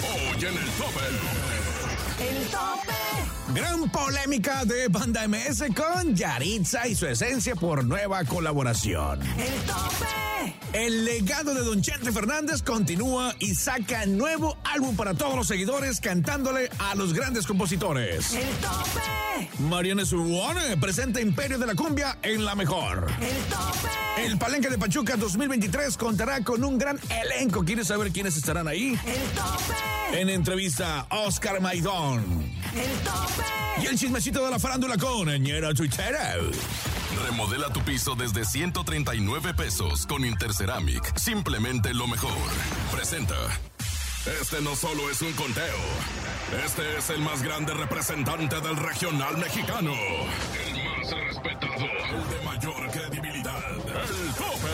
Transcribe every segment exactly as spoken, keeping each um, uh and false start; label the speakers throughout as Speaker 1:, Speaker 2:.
Speaker 1: Hoy en el tope.
Speaker 2: El tope.
Speaker 3: Gran polémica de Banda M S con Yarixa y su esencia por nueva colaboración.
Speaker 2: El tope.
Speaker 3: El legado de Don Chente Fernández continúa y saca nuevo álbum para todos los seguidores cantándole a los grandes compositores.
Speaker 2: El tope.
Speaker 3: Mariana Zurwane presenta Imperio de la Cumbia en La Mejor.
Speaker 2: El tope.
Speaker 3: El Palenque de Pachuca dos mil veintitrés contará con un gran elenco. ¿Quieres saber quiénes estarán ahí?
Speaker 2: El tope.
Speaker 3: En entrevista, Oscar Maidón.
Speaker 2: El tope.
Speaker 3: Y el chismecito de la farándula con Ñera Tuitero.
Speaker 1: Remodela tu piso desde ciento treinta y nueve pesos con Interceramic. Simplemente lo mejor. Presenta. Este no solo es un conteo. Este es el más grande representante del regional mexicano. El más respetado. El de mayor credibilidad. El tope.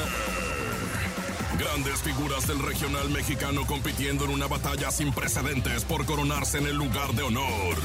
Speaker 1: Grandes figuras del regional mexicano compitiendo en una batalla sin precedentes por coronarse en el lugar de honor.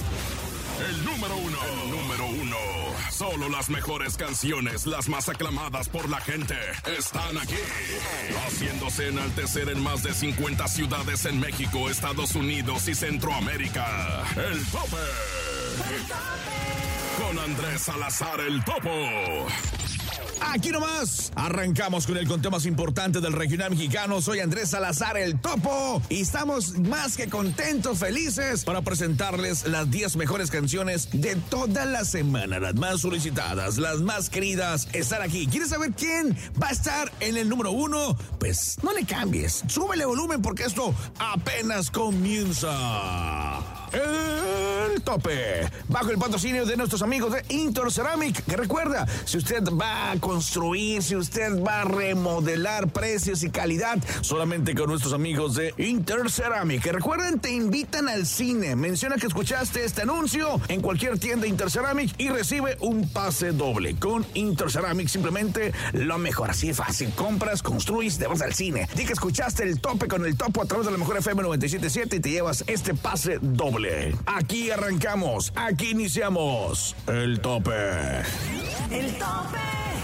Speaker 1: El número uno. El número uno. Solo las mejores canciones, las más aclamadas por la gente, están aquí. Haciéndose enaltecer en más de cincuenta ciudades en México, Estados Unidos y Centroamérica. El tope.
Speaker 2: El tope.
Speaker 3: Con Andrés Salazar el Topo. Aquí nomás, arrancamos con el conteo más importante del regional mexicano. Soy Andrés Salazar el Topo y estamos más que contentos, felices para presentarles las diez mejores canciones de toda la semana. Las más solicitadas, las más queridas están aquí. ¿Quieres saber quién va a estar en el número uno? Pues no le cambies, súbele volumen porque esto apenas comienza. El tope, bajo el patrocinio de nuestros amigos de Interceramic, que recuerda, si usted va a construir, si usted va a remodelar, precios y calidad, solamente con nuestros amigos de Interceramic, que recuerden, te invitan al cine, menciona que escuchaste este anuncio en cualquier tienda Interceramic y recibe un pase doble. Con Interceramic, simplemente lo mejor, así de fácil, compras, construyes, te vas al cine. Di que escuchaste el tope con el Topo a través de la mejor F M noventa y siete punto siete y te llevas este pase doble. Aquí arrancamos, aquí iniciamos el tope.
Speaker 2: El tope.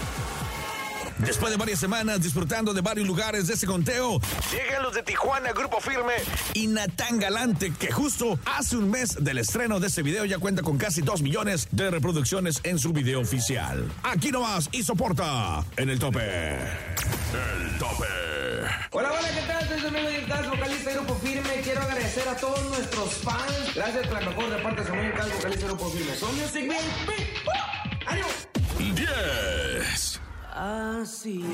Speaker 3: Después de varias semanas disfrutando de varios lugares de ese conteo, llegan los de Tijuana, Grupo Firme y Natán Galante, que justo hace un mes del estreno de este video ya cuenta con casi dos millones de reproducciones en su video oficial. Aquí nomás y soporta en el tope. El tope.
Speaker 4: Hola, hola, ¿qué tal? Soy Domingo Díaz, vocalista de Grupo Firme. Quiero agradecer a todos nuestros fans. Gracias por la mejor de parte de Samuel Díaz, vocalista de Grupo Firme. Son Music Man. ¡Ánimo!
Speaker 1: diez.
Speaker 5: Así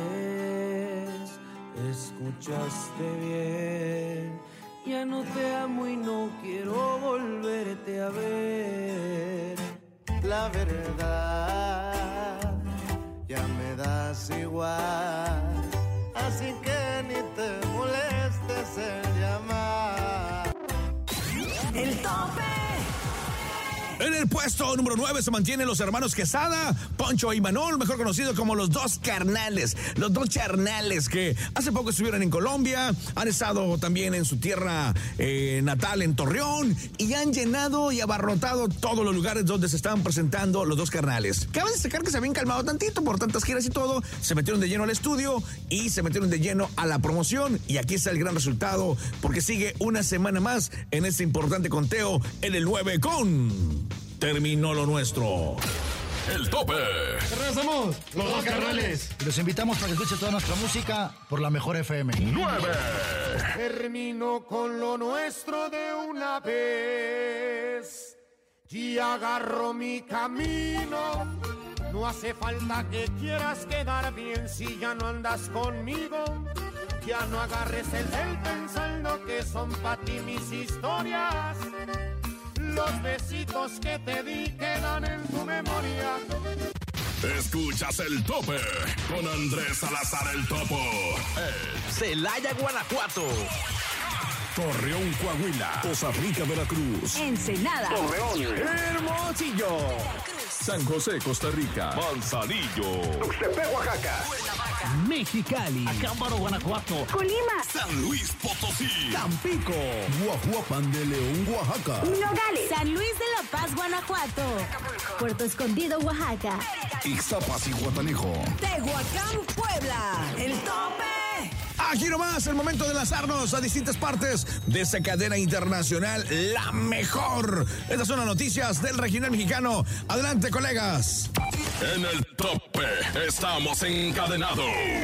Speaker 5: es, escuchaste bien. Ya no te amo y no quiero volverte a ver. La verdad, ya me das igual. Así que ni te molestes en llamar.
Speaker 2: El tope.
Speaker 3: En el puesto número nueve se mantienen los hermanos Quesada, Poncho y Manol, mejor conocidos como los dos carnales, los dos charnales que hace poco estuvieron en Colombia, han estado también en su tierra eh, natal en Torreón y han llenado y abarrotado todos los lugares donde se estaban presentando los dos carnales. Cabe destacar que se habían calmado tantito por tantas giras y todo, se metieron de lleno al estudio y se metieron de lleno a la promoción y aquí está el gran resultado porque sigue una semana más en este importante conteo en el nueve con... Terminó lo nuestro.
Speaker 1: El tope.
Speaker 6: Regresamos, los dos carnales. Los invitamos para que escuchen toda nuestra música por la mejor F M.
Speaker 1: nueve.
Speaker 7: Termino con lo nuestro de una vez y agarro mi camino. No hace falta que quieras quedar bien si ya no andas conmigo. Ya no agarres el del pensando que son para ti mis historias. Los besitos que te di quedan en tu memoria.
Speaker 1: Escuchas el tope con Andrés Salazar el Topo. El
Speaker 3: Celaya, Guanajuato. Torreón, Coahuila. Poza Rica, Veracruz.
Speaker 2: Ensenada.
Speaker 3: Torreón. Hermosillo.
Speaker 1: San José, Costa Rica. Manzanillo.
Speaker 3: Tuxtepec, Oaxaca.
Speaker 6: Mexicali. Acámbaro, Guanajuato.
Speaker 2: Colima.
Speaker 1: San Luis Potosí.
Speaker 3: Tampico. Guajuapan de León, Oaxaca.
Speaker 2: Nogales. San Luis de la Paz, Guanajuato. Puerto Escondido, Oaxaca.
Speaker 3: Ixtapas y Guatanejo.
Speaker 2: Tehuacán, Puebla. El tope.
Speaker 3: Aquí nomás, el momento de lanzarnos a distintas partes de esa cadena internacional, la mejor. Estas son las noticias del regional mexicano. Adelante, colegas.
Speaker 1: En el tope estamos encadenados.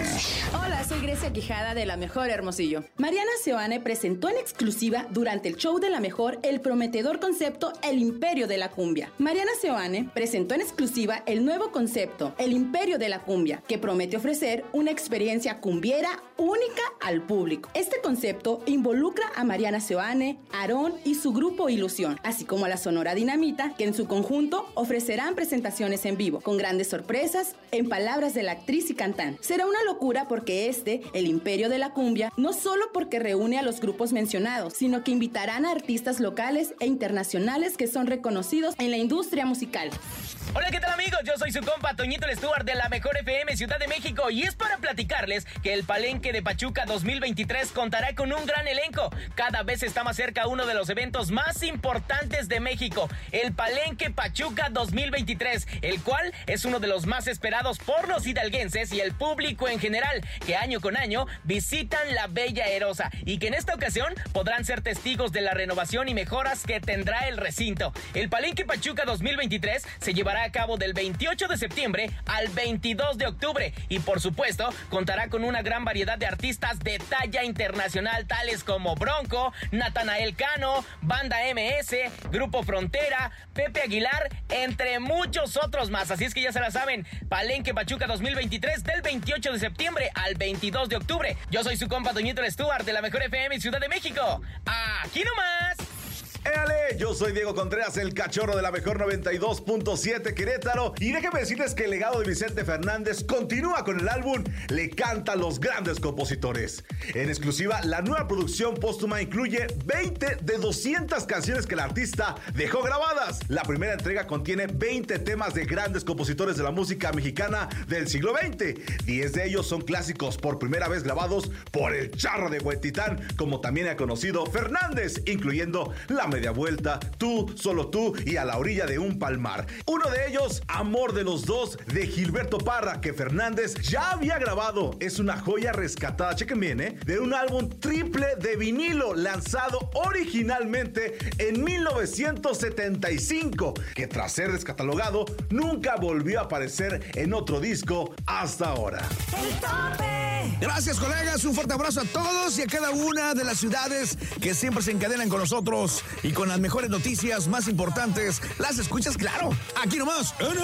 Speaker 8: Hola, soy Grecia Quijada de La Mejor Hermosillo. Mariana Seoane presentó en exclusiva durante el show de La Mejor el prometedor concepto El Imperio de la Cumbia. Mariana Seoane presentó en exclusiva el nuevo concepto El Imperio de la Cumbia, que promete ofrecer una experiencia cumbiera única al público. Este concepto involucra a Mariana Seoane, Aarón y su grupo Ilusión, así como a la Sonora Dinamita, que en su conjunto ofrecerán presentaciones en vivo, con grandes sorpresas, en palabras de la actriz y cantante. Será una locura porque este, el Imperio de la Cumbia, no solo porque reúne a los grupos mencionados, sino que invitarán a artistas locales e internacionales que son reconocidos en la industria musical.
Speaker 9: Hola, ¿qué tal, amigos? Yo soy su compa Toñito el Stuart de La Mejor F M Ciudad de México y es para platicarles que el Palenque de Pachuca dos mil veintitrés contará con un gran elenco. Cada vez está más cerca uno de los eventos más importantes de México, el Palenque Pachuca dos mil veintitrés, el cual es uno de los más esperados por los hidalguenses y el público en general, que año con año visitan la Bella Erosa y que en esta ocasión podrán ser testigos de la renovación y mejoras que tendrá el recinto. El Palenque Pachuca dos mil veintitrés se llevará a cabo del veintiocho de septiembre al veintidós de octubre y por supuesto contará con una gran variedad de artistas de talla internacional tales como Bronco, Natanael Cano, Banda M S, Grupo Frontera, Pepe Aguilar, entre muchos otros más. Así es que ya se la saben, Palenque Pachuca dos mil veintitrés del veintiocho de septiembre al veintidós de octubre. Yo soy su compa Toñito el Stuart de La Mejor F M Ciudad de México. ¡Aquí nomás!
Speaker 10: ¡Éale! Yo soy Diego Contreras, el cachorro de La Mejor noventa y dos punto siete Querétaro. Y déjenme decirles que el legado de Vicente Fernández continúa con el álbum Le Canta a los Grandes Compositores. En exclusiva, la nueva producción póstuma incluye veinte de doscientas canciones que el artista dejó grabadas. La primera entrega contiene veinte temas de grandes compositores de la música mexicana del siglo veinte. diez de ellos son clásicos por primera vez grabados por el Charro de Huentitán, como también ha conocido Fernández, incluyendo La Media Vuelta, Tú, Solo Tú y A la Orilla de un Palmar. Uno de ellos, Amor de los Dos, de Gilberto Parra, que Fernández ya había grabado. Es una joya rescatada, chequen bien, ¿eh? De un álbum triple de vinilo lanzado originalmente en mil novecientos setenta y cinco, que tras ser descatalogado nunca volvió a aparecer en otro disco hasta ahora.
Speaker 2: El tope.
Speaker 3: Gracias, colegas. Un fuerte abrazo a todos y a cada una de las ciudades que siempre se encadenan con nosotros y con las mejores noticias más importantes. Las escuchas, claro, aquí nomás en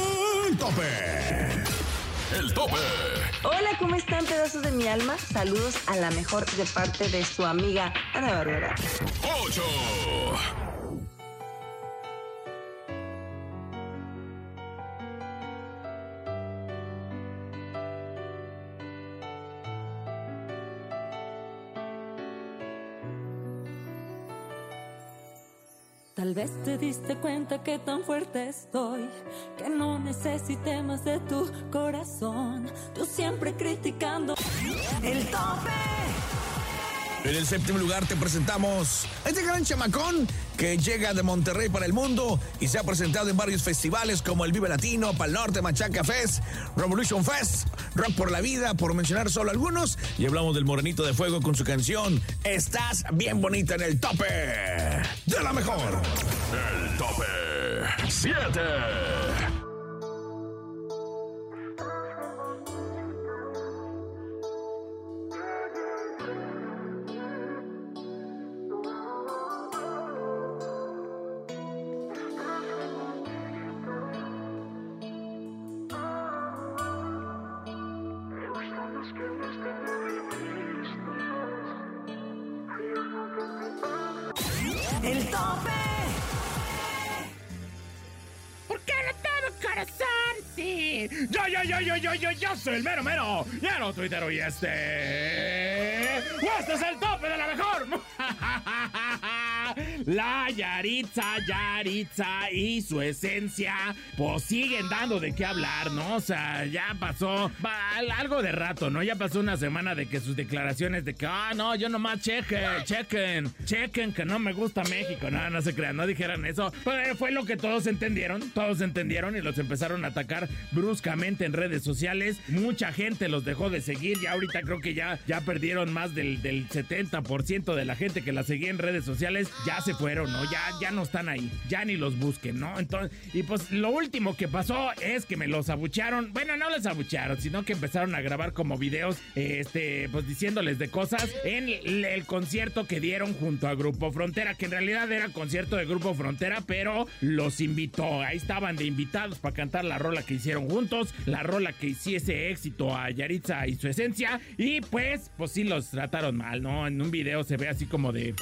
Speaker 3: el tope.
Speaker 1: El tope.
Speaker 11: Hola, ¿cómo están, pedazos de mi alma? Saludos a La Mejor de parte de su amiga Ana Bárbara.
Speaker 1: ocho.
Speaker 12: Tal vez te diste cuenta que tan fuerte estoy, que no necesité más de tu corazón. Tú siempre criticando.
Speaker 2: El tope.
Speaker 3: En el séptimo lugar te presentamos a este gran chamacón que llega de Monterrey para el mundo y se ha presentado en varios festivales como el Vive Latino, Pal Norte, Machaca Fest, Revolution Fest, Rock por la Vida, por mencionar solo algunos. Y hablamos del Morenito de Fuego con su canción Estás Bien Bonita en el tope de La Mejor.
Speaker 1: El tope siete.
Speaker 2: El tope.
Speaker 13: ¿Por qué no tengo corazón? Sí. Yo, yo, yo, yo, yo, yo, yo soy el mero mero. Ya no tuitero y este. ¡Este es el tope de La Mejor! la Yaritza, Yaritza y su esencia, pues siguen dando de qué hablar, ¿no? O sea, ya pasó va, algo de rato, ¿no? Ya pasó una semana de que sus declaraciones de que, ah, no, yo nomás chequen, chequen, chequen que no me gusta México. No, no se crean, no dijeran eso. Pero fue lo que todos entendieron, todos entendieron y los empezaron a atacar bruscamente en redes sociales. Mucha gente los dejó de seguir, ya ahorita creo que ya, ya perdieron más del, del setenta por ciento de la gente que la seguía en redes sociales, ya se fueron, ¿no? Ya, ya no están ahí, ya ni los busquen, ¿no? Entonces, y pues lo último que pasó es que me los abuchearon, bueno, no les abuchearon, sino que empezaron a grabar como videos, este, pues diciéndoles de cosas en el, el concierto que dieron junto a Grupo Frontera, que en realidad era concierto de Grupo Frontera, pero los invitó, ahí estaban de invitados para cantar la rola que hicieron juntos, la rola que hiciese éxito a Yaritza y su esencia, y pues, pues sí los trataron mal, ¿no? En un video se ve así como de...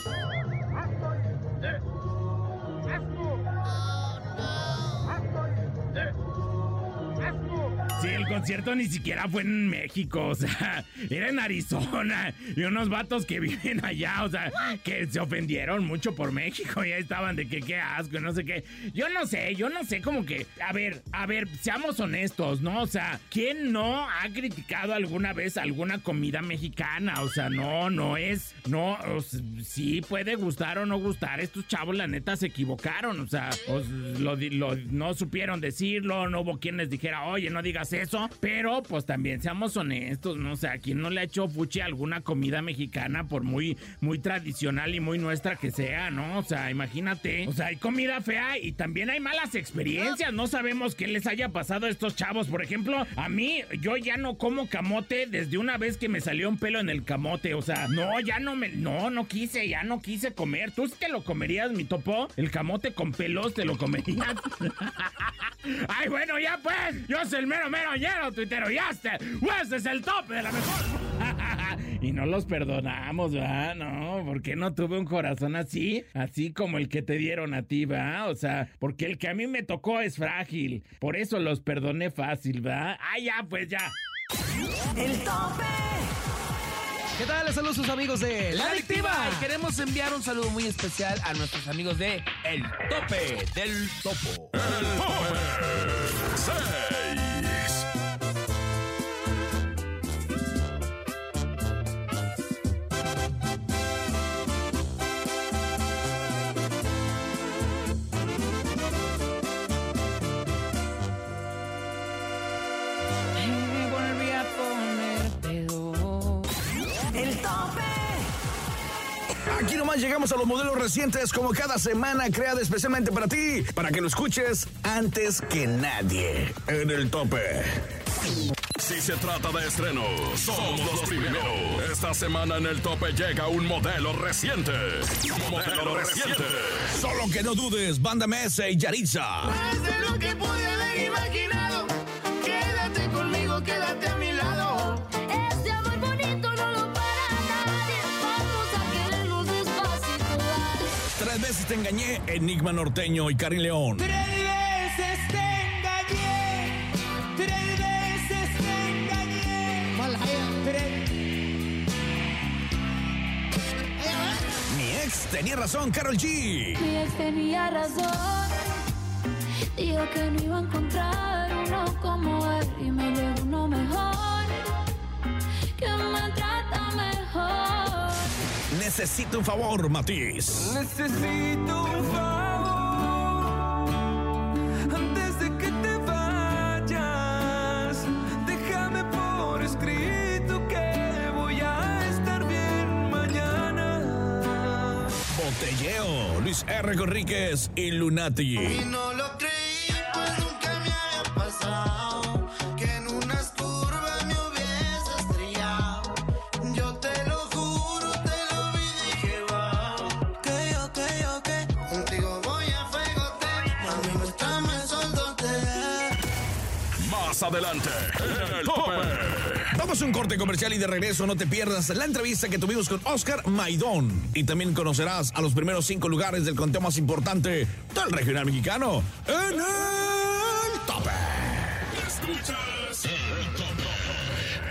Speaker 13: Sí, el concierto ni siquiera fue en México, o sea, era en Arizona. Y unos vatos que viven allá, o sea, que se ofendieron mucho por México. Y ahí estaban de que qué asco, no sé qué. Yo no sé, yo no sé, como que... A ver, a ver, seamos honestos, ¿no? O sea, ¿quién no ha criticado alguna vez alguna comida mexicana? O sea, no, no es... No, o sea, sí puede gustar o no gustar. Estos chavos, la neta, se equivocaron. O sea, os, lo, lo, no supieron decirlo, no hubo quien les dijera, oye, no digas eso, pero pues también seamos honestos, ¿no? O sea, ¿quién no le ha hecho fuchi a alguna comida mexicana por muy, muy tradicional y muy nuestra que sea, ¿no? O sea, imagínate, o sea, hay comida fea y también hay malas experiencias, no sabemos qué les haya pasado a estos chavos. Por ejemplo, a mí, yo ya no como camote desde una vez que me salió un pelo en el camote, o sea, no, ya no me, no, no quise, ya no quise comer. ¿Tú sí te lo comerías, mi topo? El camote con pelos, ¿te lo comerías? Ay, bueno, ya pues, yo soy el mero mero lleno, tuitero, ya está. Este es el tope de la mejor. Y no los perdonamos, ¿va? No, ¿por qué no tuve un corazón así? Así como el que te dieron a ti, ¿va? O sea, porque el que a mí me tocó es frágil. Por eso los perdoné fácil, ¿va? Ah, ya, pues ya.
Speaker 14: El tope. ¿Qué tal? Les saludos sus amigos de La Adictiva. Y queremos enviar un saludo muy especial a nuestros amigos de El Tope del Topo.
Speaker 1: El Tope seis.
Speaker 3: Aquí nomás llegamos a los modelos recientes como cada semana, creada especialmente para ti, para que lo escuches antes que nadie en El Tope.
Speaker 1: Si se trata de estrenos, somos los primeros. Esta semana en El Tope llega un modelo reciente. Modelo reciente.
Speaker 3: Solo que no dudes, Banda M S y Yaritza.
Speaker 15: Más de lo que pude haber imaginado. Quédate conmigo, quédate a mi lado.
Speaker 16: Este amor bonito no lo para nadie. Vamos a querernos despacito.
Speaker 3: Tres veces te engañé, Enigma Norteño y Karin León.
Speaker 15: Tres veces te engañé. Tres veces te engañé. Tres.
Speaker 3: Mi ex tenía razón, Karol G.
Speaker 16: Mi ex tenía razón. Dijo que no iba a encontrar uno como él. Y me llegó uno mejor, que me trata mejor.
Speaker 3: Necesito un favor, Matiz.
Speaker 15: Necesito un favor. Antes de que te vayas, déjame por escrito que voy a estar bien mañana.
Speaker 3: Botelleo, Luis R. Conríquez y Lunati.
Speaker 15: Y no lo creí, pues nunca me había pasado que en unas curvas me hubiese estrellado. Yo te lo juro, te lo vi y dije, wow. Que yo, que yo, que contigo voy a fregote. Mami, muéstrame soldote.
Speaker 1: Más adelante, El Tope.
Speaker 3: Vamos a un corte comercial y de regreso no te pierdas la entrevista que tuvimos con Oscar Maidón. Y también conocerás a los primeros cinco lugares del conteo más importante del regional mexicano en El Tope.
Speaker 1: Escuchas El Tope.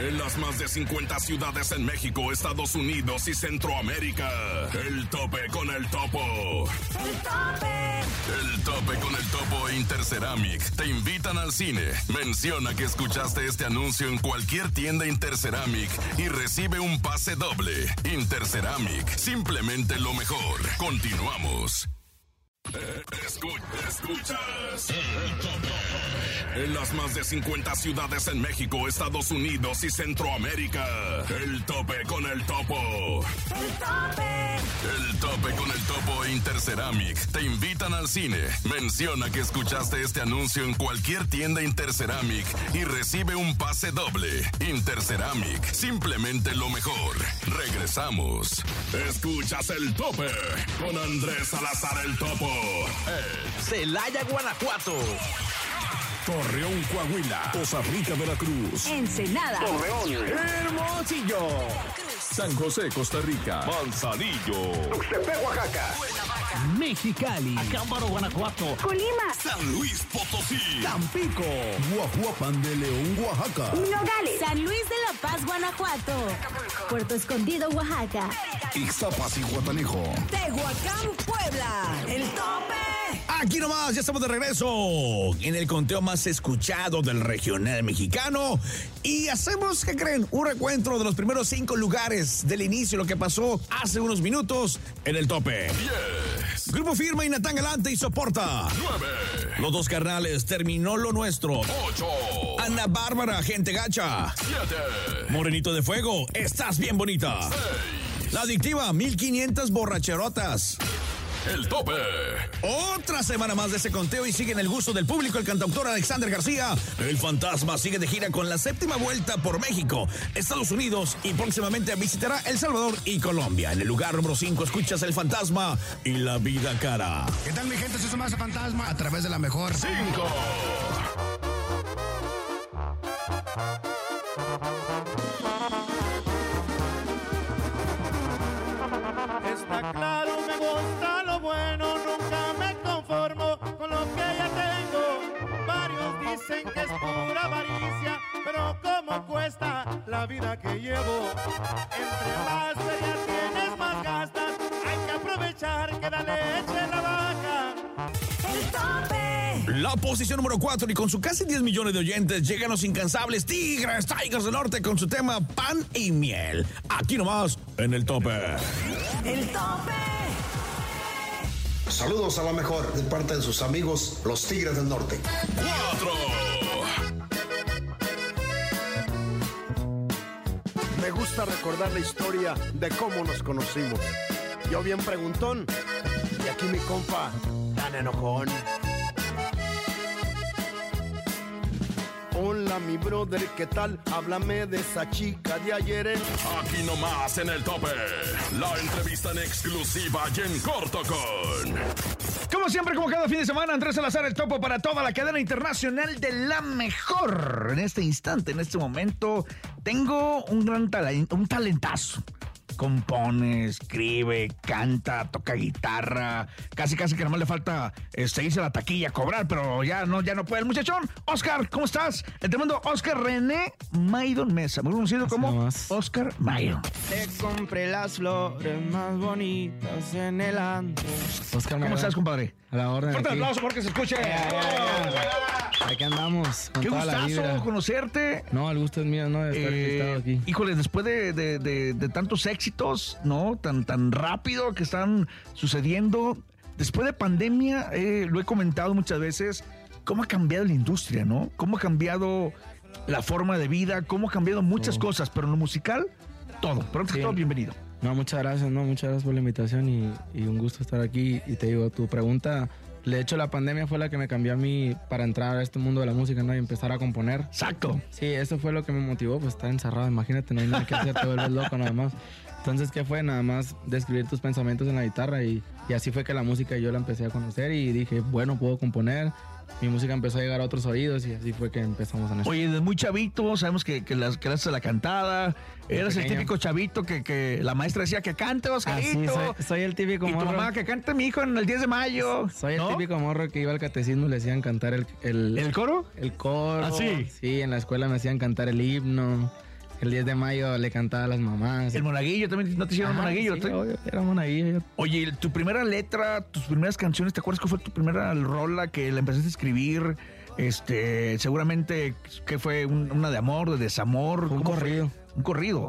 Speaker 1: En las más de cincuenta ciudades en México, Estados Unidos y Centroamérica. El Tope con el Topo.
Speaker 2: El Tope.
Speaker 1: El Tope con el Topo e Interceramic te invitan al cine. Menciona que escuchaste este anuncio en cualquier tienda Interceramic y recibe un pase doble. Interceramic, simplemente lo mejor. Continuamos. Eh, escu- escuchas el Tope. En las más de cincuenta ciudades en México, Estados Unidos y Centroamérica. El Tope con el Topo.
Speaker 2: El Tope.
Speaker 1: El Tope con el Topo e Interceramic te invitan al cine. Menciona que escuchaste este anuncio en cualquier tienda Interceramic y recibe un pase doble. Interceramic, simplemente lo mejor. Regresamos. Escuchas el Tope con Andrés Salazar el Topo. Eh.
Speaker 14: Celaya, Guanajuato.
Speaker 3: Torreón, Coahuila. Costa Rica, Veracruz.
Speaker 2: Ensenada.
Speaker 3: Torreón. Hermosillo. San José, Costa Rica.
Speaker 10: Manzanillo.
Speaker 3: Tuxtepec, Oaxaca.
Speaker 6: Mexicali.
Speaker 3: Acámbaro, Guanajuato.
Speaker 2: Colima.
Speaker 1: San Luis Potosí.
Speaker 3: Tampico. Guajuapan de León, Oaxaca.
Speaker 2: Nogales. San Luis de la Paz, Guanajuato. Puerto Escondido, Oaxaca.
Speaker 3: Ixtapas y Guatanejo.
Speaker 2: Tehuacán, Puebla. El Tope.
Speaker 3: Aquí nomás, ya estamos de regreso en el conteo más escuchado del regional mexicano. Y hacemos, ¿qué creen? Un recuento de los primeros cinco lugares del inicio, lo que pasó hace unos minutos en el Tope.
Speaker 1: Yes.
Speaker 3: Grupo Firme y Natán Galante y Soporta.
Speaker 1: nueve.
Speaker 3: Los Dos Carnales, Terminó lo Nuestro.
Speaker 1: ocho.
Speaker 3: Ana Bárbara, Gente Gacha.
Speaker 1: siete.
Speaker 3: Morenito de Fuego, Estás Bien Bonita.
Speaker 1: seis.
Speaker 3: La Adictiva, mil quinientas Borracherotas.
Speaker 1: El Tope.
Speaker 3: Otra semana más de ese conteo y sigue en el gusto del público el cantautor Alexander García. El Fantasma sigue de gira con la séptima vuelta por México, Estados Unidos y próximamente visitará El Salvador y Colombia. En el lugar número cinco escuchas El Fantasma y La Vida Cara.
Speaker 6: ¿Qué tal, mi gente? Se suma a Fantasma a través de la mejor.
Speaker 1: cinco.
Speaker 7: Está claro, me gusta lo bueno, nunca me conformo con lo que ya tengo. Varios dicen que es pura avaricia, pero cómo cuesta la vida que llevo. Entre más feria tienes, más gastas, hay que aprovechar que la leche la baja.
Speaker 2: El Tope.
Speaker 3: La posición número cuatro y con su casi diez millones de oyentes llegan los incansables Tigres, Tigers del Norte con su tema Pan y Miel. Aquí nomás en el Tope.
Speaker 2: El Tope.
Speaker 17: Saludos a la mejor de parte de sus amigos, los Tigres del Norte.
Speaker 1: cuatro.
Speaker 18: Me gusta recordar la historia de cómo nos conocimos. Yo bien preguntón y aquí mi compa tan enojón. Hola mi brother, ¿qué tal? Háblame de esa chica de ayer en...
Speaker 1: Aquí nomás en el Tope. La entrevista en exclusiva y en corto con...
Speaker 3: Como siempre, como cada fin de semana, Andrés Salazar el Topo para toda la cadena internacional de la mejor. En este instante, en este momento, tengo un gran talento, un talentazo. Compone, escribe, canta, toca guitarra. Casi, casi que nomás le falta este, irse a la taquilla a cobrar, pero ya no, ya no puede el muchachón. Oscar, ¿cómo estás? El tremendo Oscar René Maidon Mesa, muy conocido como Oscar Maidon.
Speaker 19: Te compré las flores más bonitas en el antro.
Speaker 6: Oscar
Speaker 3: ¿Cómo estás, compadre?
Speaker 6: A la orden.
Speaker 3: Fuerte
Speaker 6: aquí.
Speaker 3: aplauso porque se escuche.
Speaker 6: Aquí andamos. Con
Speaker 3: Qué
Speaker 6: toda la
Speaker 3: gustazo
Speaker 6: vibra.
Speaker 3: conocerte.
Speaker 6: No, el gusto es mío, ¿no? De estar
Speaker 3: Eh,
Speaker 6: invitado aquí.
Speaker 3: híjole, después de, de, de, de tantos éxitos, ¿no? Tan, tan rápido que están sucediendo. Después de pandemia, eh, lo he comentado muchas veces, cómo ha cambiado la industria, ¿no? Cómo ha cambiado la forma de vida, cómo ha cambiado muchas
Speaker 6: Oh.
Speaker 3: cosas, pero en lo musical, todo. Pero antes que
Speaker 6: Sí.
Speaker 3: todo, bienvenido.
Speaker 6: No, muchas gracias, no, muchas gracias por la invitación y, y un gusto estar aquí. Y te digo, tu pregunta, de hecho la pandemia fue la que me cambió a mí para entrar a este mundo de la música, ¿no? Y empezar a componer.
Speaker 3: Exacto.
Speaker 6: Sí, eso fue lo que me motivó, pues estar encerrado, imagínate, no hay nada que hacer, te vuelves loco nada más. Entonces, ¿qué fue? Nada más describir tus pensamientos en la guitarra y, y así fue que la música yo la empecé a conocer y dije, bueno, puedo componer. Mi música empezó a llegar a otros oídos y así fue que empezamos en esto.
Speaker 3: Oye, desde muy chavito, sabemos que, que, las, que le haces la cantada. Eras el
Speaker 6: pequeño.
Speaker 3: típico chavito que, que la maestra decía que cante, Oscarito.
Speaker 6: Ah, sí, soy, soy el típico
Speaker 3: y tu
Speaker 6: morro.
Speaker 3: mamá que cante mi hijo en el diez de mayo.
Speaker 6: Soy
Speaker 3: ¿no?
Speaker 6: el típico morro que iba al catecismo y le hacían cantar el... ¿El,
Speaker 3: ¿El coro?
Speaker 6: El coro.
Speaker 3: ¿Ah, sí?
Speaker 6: Sí, en la escuela me hacían cantar el himno. El diez de mayo le cantaba a las mamás.
Speaker 3: El monaguillo, también no te hicieron
Speaker 6: Ah,
Speaker 3: monaguillo.
Speaker 6: sí,
Speaker 3: ¿sí?
Speaker 6: obvio, era monaguillo.
Speaker 3: Oye, tu primera letra, tus primeras canciones, ¿te acuerdas cuál fue tu primera rola que la empezaste a escribir? Este, seguramente que fue un- una de amor, de desamor.
Speaker 6: Fue un
Speaker 3: ¿Cómo
Speaker 6: corrido.
Speaker 3: Un corrido.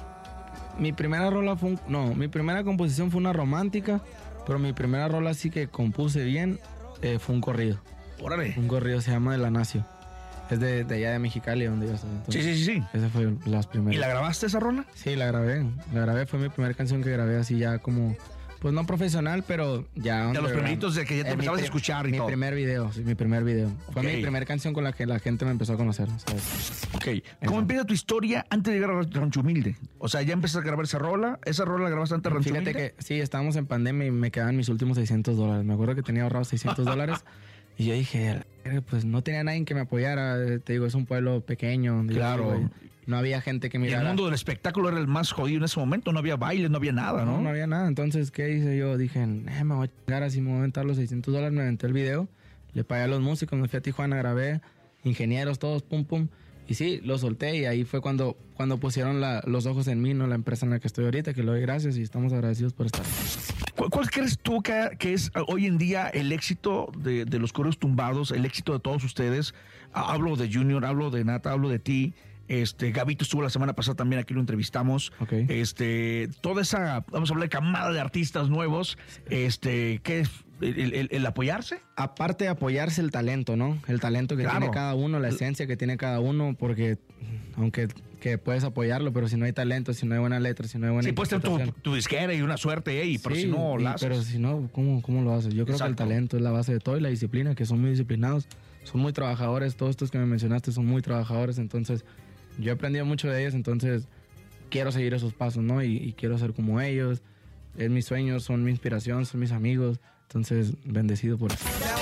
Speaker 6: Mi primera rola fue un, no, mi primera composición fue una romántica, pero mi primera rola sí que compuse bien eh, fue un corrido.
Speaker 3: Órale.
Speaker 6: Un corrido se llama De la Nacio. Es de, de allá de Mexicali, donde yo estoy. Entonces,
Speaker 3: Sí, sí, sí, sí.
Speaker 6: Esa fue las primeras.
Speaker 3: ¿Y la grabaste esa rola?
Speaker 6: Sí, la grabé. La grabé, fue mi primera canción que grabé así ya como, pues no profesional, pero ya.
Speaker 3: De los
Speaker 6: underground.
Speaker 3: primeritos de que ya te
Speaker 6: Eh, mi
Speaker 3: empezabas a
Speaker 6: pri-
Speaker 3: escuchar y
Speaker 6: mi
Speaker 3: todo.
Speaker 6: primer video, sí, mi primer video. Fue
Speaker 3: Ok.
Speaker 6: mi primera canción con la que la gente me empezó a conocer, ¿sabes?
Speaker 3: Ok. ¿Cómo empieza tu historia antes de llegar a Rancho Humilde? O sea, ya empezaste a grabar esa rola. ¿Esa rola la grabaste antes de Rancho
Speaker 6: Fíjate
Speaker 3: Humilde?
Speaker 6: que sí, estábamos en pandemia y me quedaban mis últimos seiscientos dólares. Me acuerdo que tenía ahorrados seiscientos dólares y yo dije, pues no tenía nadie que me apoyara. Eh, Te digo, es un pueblo pequeño. donde yo
Speaker 3: Claro.
Speaker 6: vivo y no había gente que
Speaker 3: Y el
Speaker 6: mirara.
Speaker 3: mundo del espectáculo era el más jodido en ese momento. No había baile, no había nada, ¿no?
Speaker 6: No, no había nada. Entonces, ¿qué hice yo? Dije, eh, me voy a chingar así, me voy a aventar los seiscientos dólares. Me aventé el video, le pagué a los músicos, me fui a Tijuana, grabé, ingenieros, todos, pum, pum. Y sí, lo solté y ahí fue cuando, cuando pusieron la- los ojos en mí, ¿no? La empresa en la que estoy ahorita, que le doy gracias y estamos agradecidos por estar.
Speaker 3: ¿Cuál, cuál crees tú que, que es eh, hoy en día el éxito de, de los coros tumbados, el éxito de todos ustedes? Ah, Hablo de Junior, hablo de Nata, hablo de ti. Este, Gabito estuvo la semana pasada también, aquí lo entrevistamos. Este, toda esa, vamos a hablar de camada de artistas nuevos. Este, ¿qué es? ¿El, el- el apoyarse?
Speaker 6: Aparte de apoyarse el talento, ¿no? El talento que
Speaker 3: Claro.
Speaker 6: tiene cada uno, la esencia que tiene cada uno, porque aunque que puedes apoyarlo, pero si no hay talento, si no hay buena letra, si no hay buena
Speaker 3: Sí, puedes tener tu,
Speaker 6: interpretación.
Speaker 3: tu disquera y una suerte, ey, pero
Speaker 6: Sí,
Speaker 3: si no
Speaker 6: y-
Speaker 3: la haces.
Speaker 6: pero si no, ¿cómo, cómo lo haces? Yo creo que
Speaker 3: Exacto.
Speaker 6: el talento es la base de todo y la disciplina, que son muy disciplinados, son muy trabajadores, todos estos que me mencionaste son muy trabajadores, entonces yo he aprendido mucho de ellos, entonces quiero seguir esos pasos, ¿no? Y, y quiero ser como ellos, es mis sueños, son mi inspiración, son mis amigos, entonces bendecido por eso.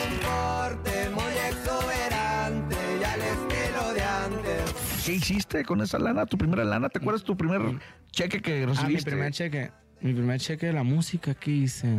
Speaker 5: Porte muy exuberante y al estilo de antes.
Speaker 3: ¿Qué hiciste con esa lana? ¿Tu primera lana? ¿Te acuerdas tu primer cheque que
Speaker 6: Ah, mi
Speaker 3: recibiste?
Speaker 6: primer cheque, mi primer cheque de la música que hice.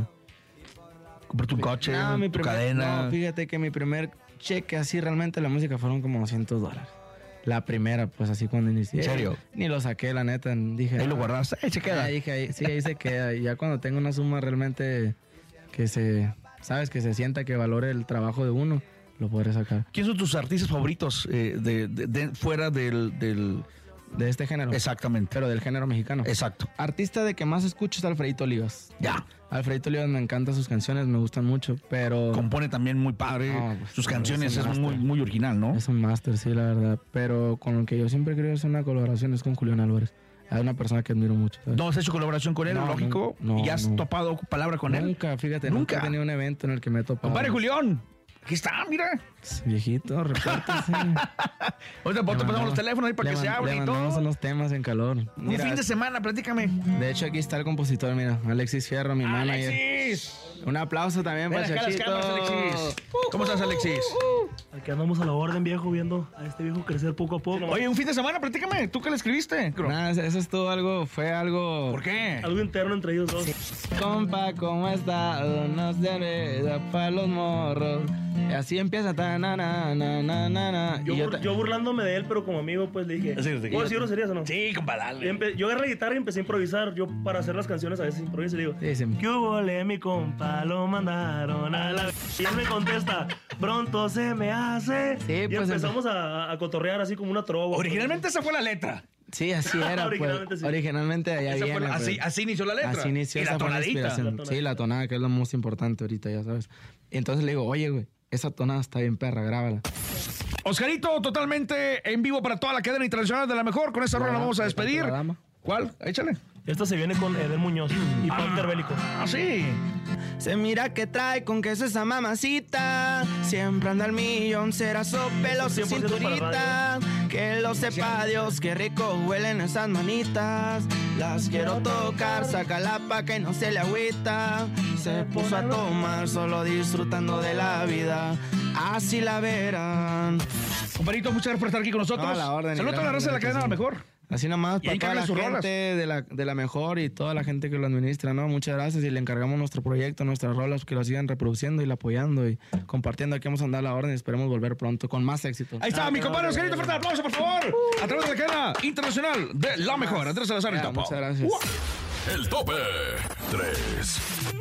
Speaker 3: ¿Compré tu coche,
Speaker 6: No, mi
Speaker 3: tu
Speaker 6: primer-
Speaker 3: cadena?
Speaker 6: No, fíjate que mi primer cheque así realmente la música fueron como doscientos dólares. La primera, pues así cuando inicié.
Speaker 3: ¿En serio?
Speaker 6: Ni lo saqué, la neta. Dije,
Speaker 3: Ahí lo
Speaker 6: ah,
Speaker 3: guardaste, ahí se queda.
Speaker 6: ah, dije, ahí- sí, ahí se queda. Y ya cuando tengo una suma realmente que se, sabes, que se sienta que valore el trabajo de uno, lo podré sacar.
Speaker 3: ¿Quiénes son tus artistas favoritos eh, de, de- de- fuera del, del...
Speaker 6: De este género.
Speaker 3: Exactamente.
Speaker 6: Pero del género mexicano.
Speaker 3: Exacto.
Speaker 6: Artista de que más escucho es Alfredito Olivas.
Speaker 3: Ya.
Speaker 6: Alfredito Olivas me encantan sus canciones, me gustan mucho, pero...
Speaker 3: Compone también muy padre.
Speaker 6: No, pues,
Speaker 3: Sus
Speaker 6: pero
Speaker 3: canciones
Speaker 6: es
Speaker 3: es
Speaker 6: un
Speaker 3: muy,
Speaker 6: máster.
Speaker 3: muy original, ¿no?
Speaker 6: Es un máster, sí, la verdad. Pero con lo que yo siempre creo es una colaboración es con Julián Álvarez. Es una persona que admiro mucho. ¿sabes?
Speaker 3: ¿No has hecho colaboración con él,
Speaker 6: No,
Speaker 3: lógico?
Speaker 6: no,
Speaker 3: ¿Y has
Speaker 6: no.
Speaker 3: topado palabra con él?
Speaker 6: Nunca, fíjate, nunca.
Speaker 3: ¿Nunca?
Speaker 6: he tenido un evento en el que me he topado.
Speaker 3: Compadre Julián, aquí está, mira.
Speaker 6: Viejito, repórtese.
Speaker 3: Ahorita te pasamos los teléfonos ahí para que se abran y todo.
Speaker 6: unos temas en calor.
Speaker 3: Un
Speaker 6: Mira,
Speaker 3: fin de semana, platícame.
Speaker 6: de hecho, aquí está el compositor, mira, Alexis Fierro, mi manager.
Speaker 3: ¡Alexis!
Speaker 6: Un aplauso también
Speaker 3: Ven
Speaker 6: para
Speaker 3: acá las
Speaker 6: Chachito.
Speaker 3: cámaras, Alexis. ¿Cómo estás, Alexis?
Speaker 20: Aquí andamos a la orden, viejo, viendo a este viejo crecer poco a poco.
Speaker 3: Oye, un fin de semana, platícame. ¿Tú qué le escribiste?
Speaker 6: Nada, eso es todo algo, fue algo...
Speaker 3: ¿Por qué?
Speaker 20: Algo interno entre ellos dos.
Speaker 6: Compa, ¿cómo está? Unos de para los morros. Y así empieza. Ta, na, na, na, na, na, na.
Speaker 20: Yo,
Speaker 6: Y yo
Speaker 20: bur-
Speaker 6: ta-
Speaker 20: yo burlándome de él, pero como amigo, pues le dije,
Speaker 3: Sí, sí.
Speaker 20: ¿puedo decir groserías o no?
Speaker 3: Sí, compa, dale.
Speaker 20: Y empe- yo agarré la guitarra y empecé a improvisar. Yo, para hacer las canciones, a veces improviso y le digo,
Speaker 6: Sí, sí.
Speaker 20: ¿qué hubo, le, mi compa? Lo mandaron a la... Y él me contesta, pronto se me hace.
Speaker 6: Sí,
Speaker 20: y
Speaker 6: pues,
Speaker 20: empezamos a, a cotorrear así como una trova.
Speaker 3: Originalmente esa fue la letra.
Speaker 6: Sí, así era. pues.
Speaker 20: Originalmente sí.
Speaker 6: Originalmente allá
Speaker 3: Esa fue
Speaker 6: viene.
Speaker 3: la- así,
Speaker 6: pues.
Speaker 3: así inició la letra.
Speaker 6: Así inició
Speaker 3: Y la
Speaker 6: esa fue la
Speaker 3: tonadita.
Speaker 6: inspiración.
Speaker 20: La tonadita.
Speaker 6: Sí, la tonada, que es lo más importante ahorita, ya sabes. Y entonces le digo, oye, güey, esa tonada está bien perra, grábala.
Speaker 3: Oscarito, totalmente en vivo para toda la cadena internacional de la mejor. Con esa
Speaker 6: La
Speaker 3: rola la
Speaker 6: dama,
Speaker 3: vamos a
Speaker 6: le falta
Speaker 3: despedir.
Speaker 6: la dama.
Speaker 3: ¿Cuál? Échale.
Speaker 20: Esta se viene con Eden Muñoz y Panther Bélico.
Speaker 3: Ah, sí.
Speaker 19: Se mira que trae con queso esa mamacita. Siempre anda al millón, será su pelo, su
Speaker 20: cien por ciento para
Speaker 19: cinturita. Que lo sepa Dios, qué rico huelen esas manitas. Las quiero tocar, saca la paca y no se le agüita. Se puso a tomar, solo disfrutando de la vida. Así la verán.
Speaker 3: Compadrito, muchas gracias por estar aquí con nosotros.
Speaker 6: No, a la orden,
Speaker 3: Saludos a la
Speaker 6: gracias,
Speaker 3: raza de la cadena a lo mejor.
Speaker 6: Así nomás,
Speaker 3: Y ahí
Speaker 6: para toda la
Speaker 3: carga sus
Speaker 6: gente
Speaker 3: rolas.
Speaker 6: de la, de la mejor y toda la gente que lo administra, ¿no? Muchas gracias y le encargamos nuestro proyecto, nuestras rolas, que lo sigan reproduciendo y la apoyando y compartiendo. Aquí vamos a andar a la orden y esperemos volver pronto con más éxito.
Speaker 3: Ahí está, mi compadre Oscarito, fuerte el aplauso, por favor. A través de la cadena internacional de La Mejor, Andrés Salazar, el
Speaker 6: Ya,
Speaker 3: Topo.
Speaker 6: muchas gracias.
Speaker 1: El tope tres.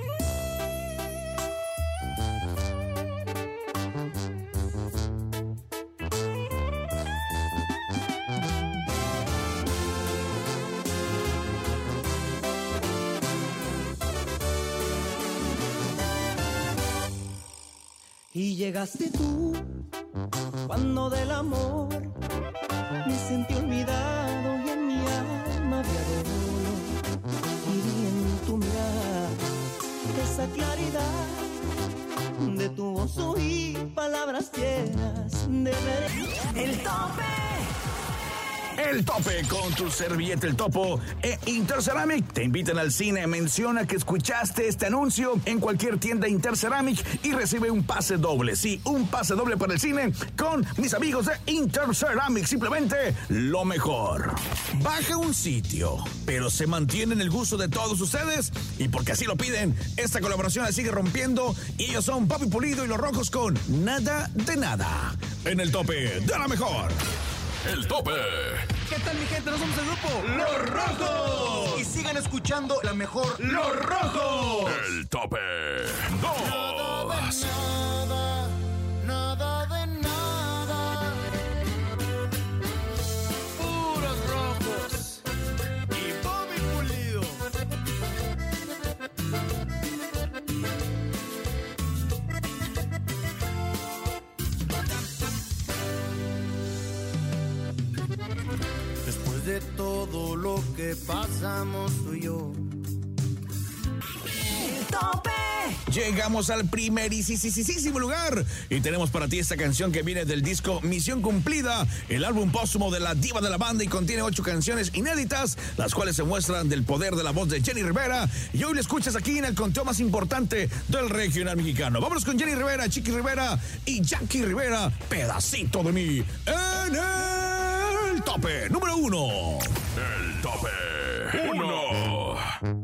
Speaker 12: Y llegaste tú, cuando del amor me sentí olvidado y en mi alma había dolor. Y vi en tu mirada esa claridad de tu voz, oí palabras llenas de ver. El tope.
Speaker 3: El Tope con tu servilleta El Topo e Interceramic. Te invitan al cine. Menciona que escuchaste este anuncio en cualquier tienda Interceramic y recibe un pase doble. Sí, un pase doble para el cine con mis amigos de Interceramic. Simplemente lo mejor. Baja un sitio, pero se mantiene en el gusto de todos ustedes y porque así lo piden, esta colaboración la sigue rompiendo y ellos son Papi Pulido y Los Rojos con Nada de Nada. En El Tope de La Mejor.
Speaker 1: El Tope.
Speaker 14: ¿Qué tal, mi gente? No somos el grupo
Speaker 1: Los Rojos.
Speaker 14: Y sigan escuchando la mejor Los Rojos.
Speaker 1: El Tope dos.
Speaker 15: Nada, nada de nada. Puros rojos y Bobby Pulido. Después de todo lo que pasamos tú y yo.
Speaker 12: El tope.
Speaker 3: Llegamos al primerísimo lugar y tenemos para ti esta canción que viene del disco Misión Cumplida, el álbum póstumo de la diva de la banda y contiene ocho canciones inéditas, las cuales se muestran del poder de la voz de Jenny Rivera y hoy la escuchas aquí en el conteo más importante del regional mexicano. Vámonos con Jenny Rivera, Chiqui Rivera y Jackie Rivera, Pedacito de mí, en el Tope número uno.
Speaker 1: El Tope uno.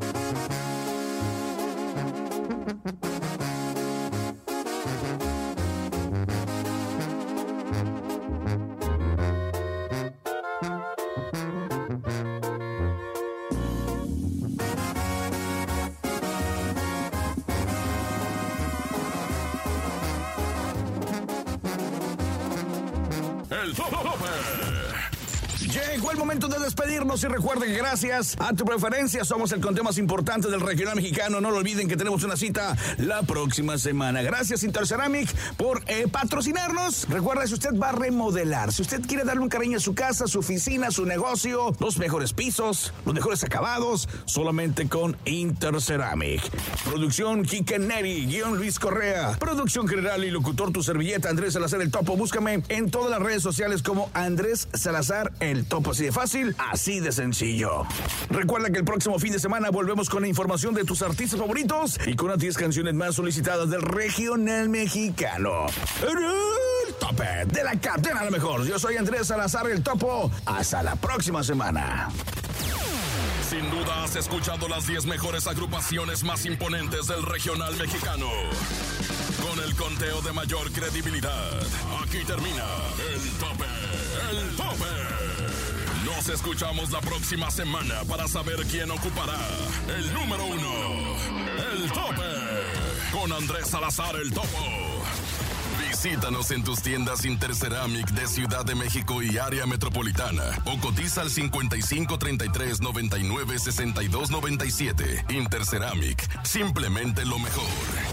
Speaker 1: El Tope.
Speaker 3: Llegó el momento de despedirnos y recuerden que gracias a tu preferencia somos el conteo más importante del regional mexicano. No lo olviden que tenemos una cita la próxima semana. Gracias Interceramic por eh, patrocinarnos. Recuerda, si usted va a remodelar, si usted quiere darle un cariño a su casa, su oficina, su negocio, los mejores pisos, los mejores acabados, solamente con Interceramic. Producción Quique Neri, guión Luis Correa. Producción general y locutor tu servilleta Andrés Salazar el Topo. Búscame en todas las redes sociales como Andrés Salazar el Topo. Así de fácil, así de sencillo. Recuerda que el próximo fin de semana volvemos con la información de tus artistas favoritos y con las diez canciones más solicitadas del regional mexicano. En el Tope de la cadena La Mejor. Yo soy Andrés Salazar el Topo. Hasta la próxima semana.
Speaker 1: Sin duda has escuchado las diez mejores agrupaciones más imponentes del regional mexicano. Con el conteo de mayor credibilidad, aquí termina El Tope, El Tope. Nos escuchamos la próxima semana para saber quién ocupará el número uno, El Tope, con Andrés Salazar el Topo. Visítanos en tus tiendas Interceramic de Ciudad de México y área metropolitana o cotiza al cincuenta y cinco treinta y tres noventa y nueve sesenta y dos noventa y siete. Interceramic, simplemente lo mejor.